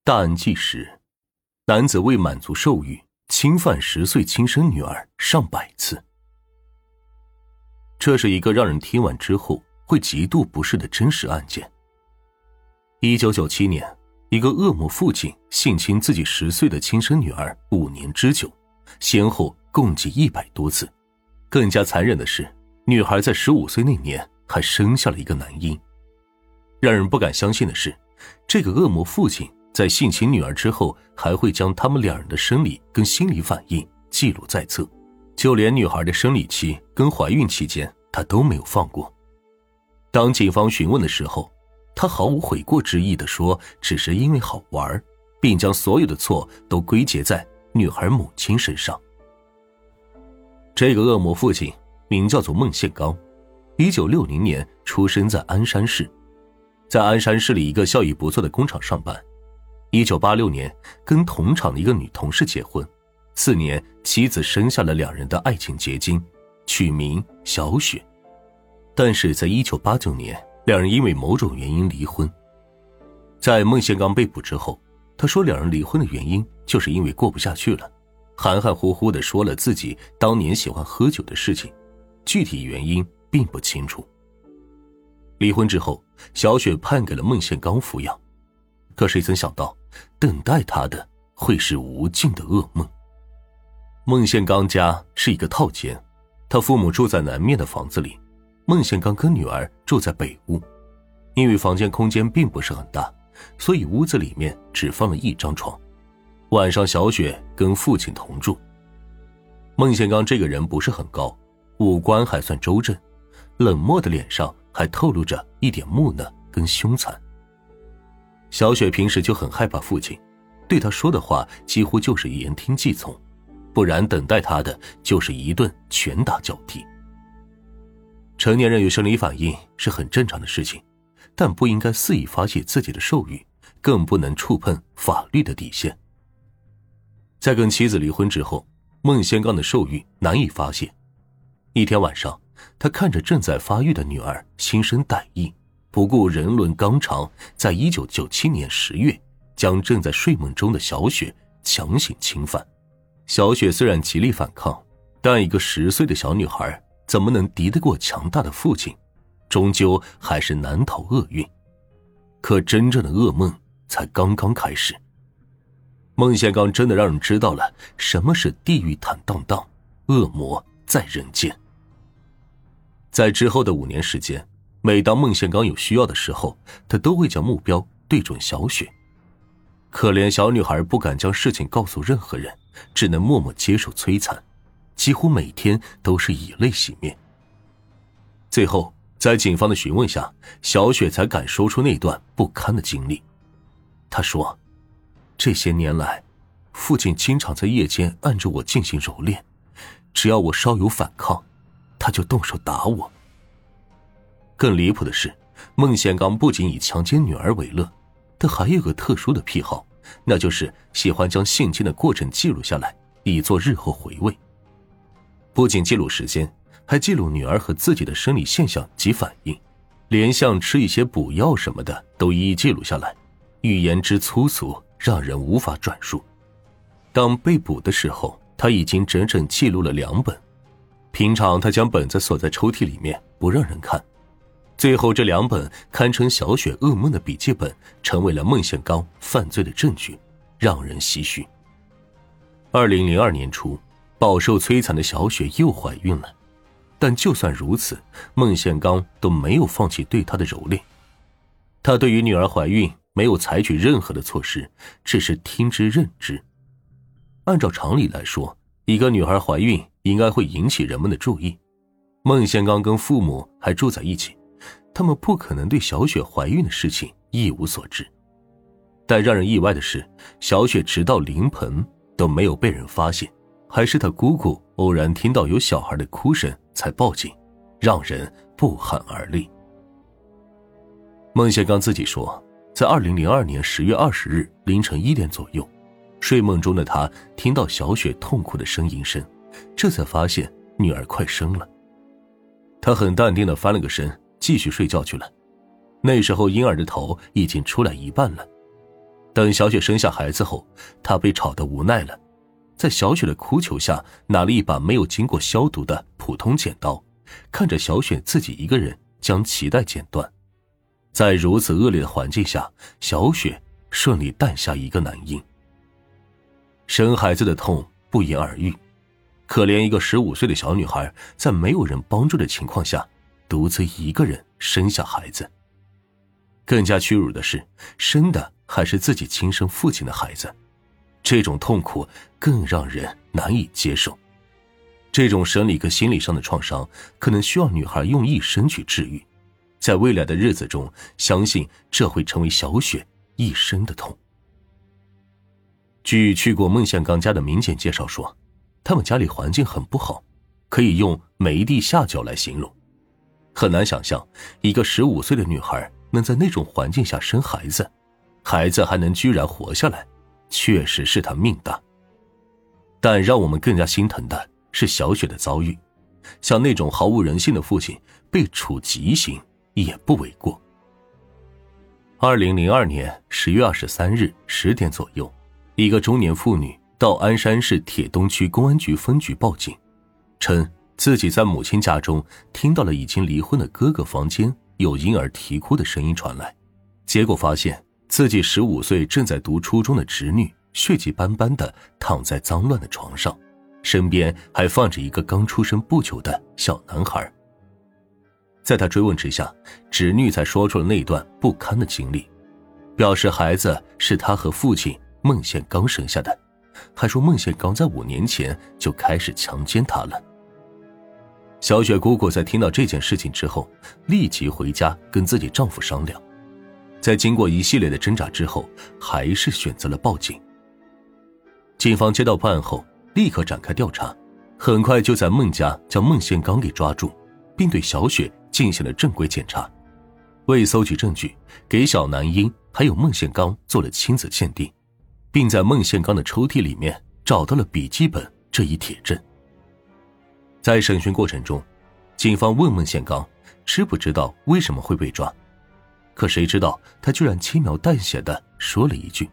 大案纪实：男子为满足兽欲，侵犯10岁亲生女儿上百次。这是一个让人听完之后会极度不适的真实案件。1997年，一个恶魔父亲性侵自己10岁的亲生女儿5年之久，先后共计100多次。更加残忍的是，女孩在15岁那年还生下了一个男婴。让人不敢相信的是，这个恶魔父亲在性侵女儿之后，还会将他们两人的生理跟心理反应记录在册，就连女孩的生理期跟怀孕期间他都没有放过。当警方询问的时候，他毫无悔过之意地说只是因为好玩，并将所有的错都归结在女孩母亲身上。这个恶魔父亲名叫做孟宪刚，1960年出生在鞍山市，在鞍山市里一个效益不错的工厂上班。1986年跟同厂的一个女同事结婚，4年妻子生下了2人的爱情结晶，取名小雪。但是在1989年，2人因为某种原因离婚。在孟宪刚被捕之后，他说2人离婚的原因就是因为过不下去了，含含糊糊地说了自己当年喜欢喝酒的事情，具体原因并不清楚。离婚之后，小雪判给了孟宪刚抚养，可谁曾想到等待他的会是无尽的噩梦。孟宪刚家是一个套间，他父母住在南面的房子里，孟宪刚跟女儿住在北屋。因为房间空间并不是很大，所以屋子里面只放了1张床。晚上小雪跟父亲同住。孟宪刚这个人不是很高，五官还算周正，冷漠的脸上还透露着一点木讷跟凶残。小雪平时就很害怕父亲，对他说的话几乎就是言听计从，不然等待他的就是一顿拳打脚踢。成年人有生理反应是很正常的事情，但不应该肆意发泄自己的兽欲，更不能触碰法律的底线。在跟妻子离婚之后，孟宪刚的兽欲难以发泄。一天晚上，他看着正在发育的女儿，心生歹意，不顾人伦纲常，在1997年10月将正在睡梦中的小雪强行侵犯。小雪虽然极力反抗，但一个10岁的小女孩怎么能敌得过强大的父亲，终究还是难逃厄运。可真正的噩梦才刚刚开始。孟宪刚真的让人知道了什么是地狱坦荡荡，恶魔在人间。在之后的5年时间，每当孟宪刚有需要的时候，他都会将目标对准小雪。可怜小女孩不敢将事情告诉任何人，只能默默接受摧残，几乎每天都是以泪洗面。最后在警方的询问下，小雪才敢说出那段不堪的经历。她说，这些年来，父亲经常在夜间按着我进行蹂躏，只要我稍有反抗，他就动手打我。更离谱的是，孟宪刚不仅以强奸女儿为乐，他还有个特殊的癖好，那就是喜欢将性侵的过程记录下来，以作日后回味。不仅记录时间，还记录女儿和自己的生理现象及反应，连像吃一些补药什么的都一一记录下来，语言之粗俗让人无法转述。当被捕的时候，他已经整整记录了2本。平常他将本子锁在抽屉里面，不让人看。最后这2本堪称小雪噩梦的笔记本，成为了孟宪刚犯罪的证据，让人唏嘘。2002年初，饱受摧残的小雪又怀孕了，但就算如此，孟宪刚都没有放弃对她的蹂躏。他对于女儿怀孕没有采取任何的措施，只是听之任之。按照常理来说，一个女孩怀孕应该会引起人们的注意。孟宪刚跟父母还住在一起，他们不可能对小雪怀孕的事情一无所知。但让人意外的是，小雪直到临盆都没有被人发现，还是她姑姑偶然听到有小孩的哭声才报警，让人不寒而栗。孟宪刚自己说，在2002年10月20日凌晨1点左右，睡梦中的他听到小雪痛苦的呻吟声，这才发现女儿快生了。他很淡定地翻了个身，继续睡觉去了。那时候婴儿的头已经出来一半了。 等小雪生下孩子后，他被吵得无奈了，在小雪的哭求下，拿了一把没有经过消毒的普通剪刀，看着小雪自己一个人将脐带剪断。在如此恶劣的环境下，小雪顺利诞下一个男婴。生孩子的痛不言而喻，可怜一个15岁的小女孩，在没有人帮助的情况下，独自一个人生下孩子。更加屈辱的是，生的还是自己亲生父亲的孩子，这种痛苦更让人难以接受。这种生理和心理上的创伤，可能需要女孩用一生去治愈。在未来的日子中，相信这会成为小雪一生的痛。据去过孟宪刚家的民警介绍说，他们家里环境很不好，可以用梅地下脚来形容。很难想象一个15岁的女孩能在那种环境下生孩子，孩子还能居然活下来，确实是她命大。但让我们更加心疼的是小雪的遭遇，像那种毫无人性的父亲被处极刑也不为过。2002年10月23日10点左右，一个中年妇女到鞍山市铁东区公安局分局报警，称自己在母亲家中听到了已经离婚的哥哥房间有婴儿啼哭的声音传来，结果发现自己15岁正在读初中的侄女血迹斑斑地躺在脏乱的床上，身边还放着一个刚出生不久的小男孩。在他追问之下，侄女才说出了那段不堪的经历，表示孩子是他和父亲孟宪刚生下的，还说孟宪刚在5年前就开始强奸他了。小雪姑姑在听到这件事情之后，立即回家跟自己丈夫商量，在经过一系列的挣扎之后，还是选择了报警。警方接到报案后，立刻展开调查，很快就在孟家将孟宪刚给抓住，并对小雪进行了正规检查。为搜集证据，给小男婴还有孟宪刚做了亲子鉴定，并在孟宪刚的抽屉里面找到了笔记本这一铁证。在审讯过程中，警方问孟宪刚知不知道为什么会被抓，可谁知道他居然轻描淡写地说了一句：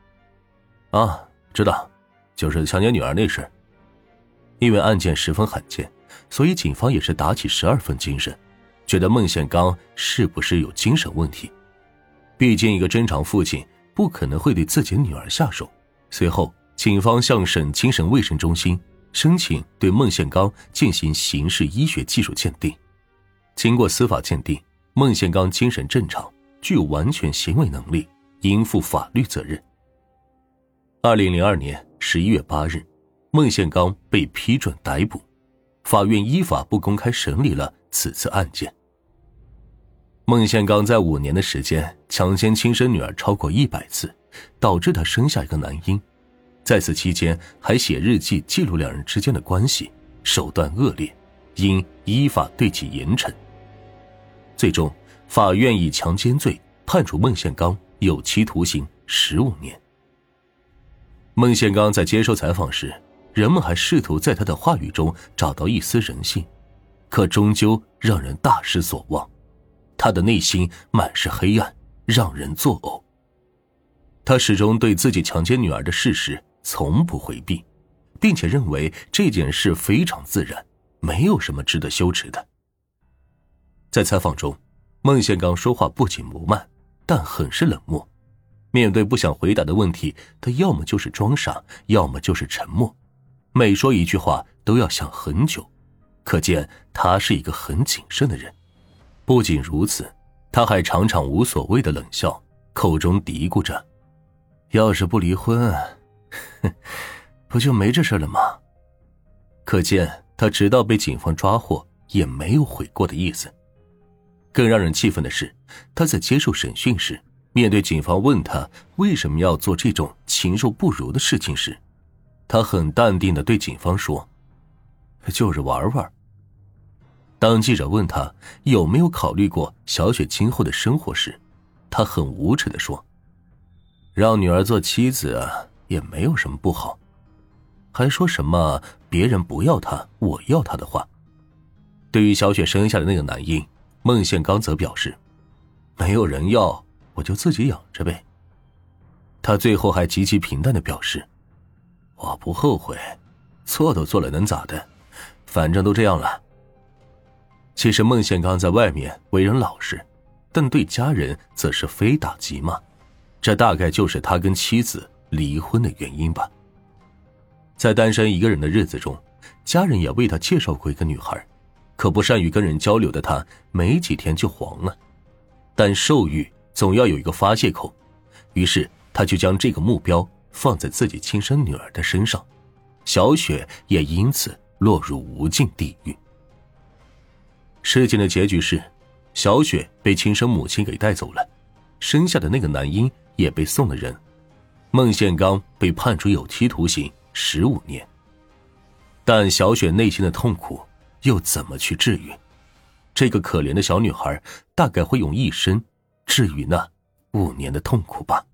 知道，就是强奸女儿那事。因为案件十分罕见，所以警方也是打起12分精神，觉得孟宪刚是不是有精神问题。毕竟一个正常父亲不可能会对自己女儿下手。随后警方向省精神卫生中心申请对孟宪刚进行刑事医学技术鉴定。经过司法鉴定，孟宪刚精神正常，具有完全行为能力，应负法律责任。2002年11月8日，孟宪刚被批准逮捕，法院依法不公开审理了此次案件。孟宪刚在5年的时间强奸亲生女儿超过100次，导致他生下一个男婴。在此期间还写日记记录2人之间的关系，手段恶劣，应依法对其严惩。最终法院以强奸罪判处孟宪刚有期徒刑15年。孟宪刚在接受采访时，人们还试图在他的话语中找到一丝人性，可终究让人大失所望。他的内心满是黑暗，让人作呕。他始终对自己强奸女儿的事实从不回避，并且认为这件事非常自然，没有什么值得羞耻的。在采访中，孟宪刚说话不紧不慢，但很是冷漠。面对不想回答的问题，他要么就是装傻，要么就是沉默，每说一句话都要想很久，可见他是一个很谨慎的人。不仅如此，他还常常无所谓的冷笑，口中嘀咕着，要是不离婚，不就没这事了吗？可见他直到被警方抓获也没有悔过的意思。更让人气愤的是，他在接受审讯时，面对警方问他为什么要做这种禽兽不如的事情时，他很淡定地对警方说，就是玩玩。当记者问他有没有考虑过小雪今后的生活时，他很无耻地说，让女儿做妻子也没有什么不好，还说什么别人不要她我要她的话。对于小雪生下的那个男婴，孟宪刚则表示，没有人要我就自己养着呗。 他最后还极其平淡地表示，我不后悔，错都做了能咋的，反正都这样了。其实孟宪刚在外面为人老实，但对家人则是非打即骂，这大概就是他跟妻子离婚的原因吧。在单身一个人的日子中，家人也为他介绍过一个女孩，可不善于跟人交流的他没几天就黄了。但兽欲总要有一个发泄口，于是他就将这个目标放在自己亲生女儿的身上，小雪也因此落入无尽地狱。事情的结局是，小雪被亲生母亲给带走了，生下的那个男婴也被送了人，孟宪刚被判处有期徒刑15年。但小雪内心的痛苦又怎么去治愈？这个可怜的小女孩大概会用一生治愈那5年的痛苦吧。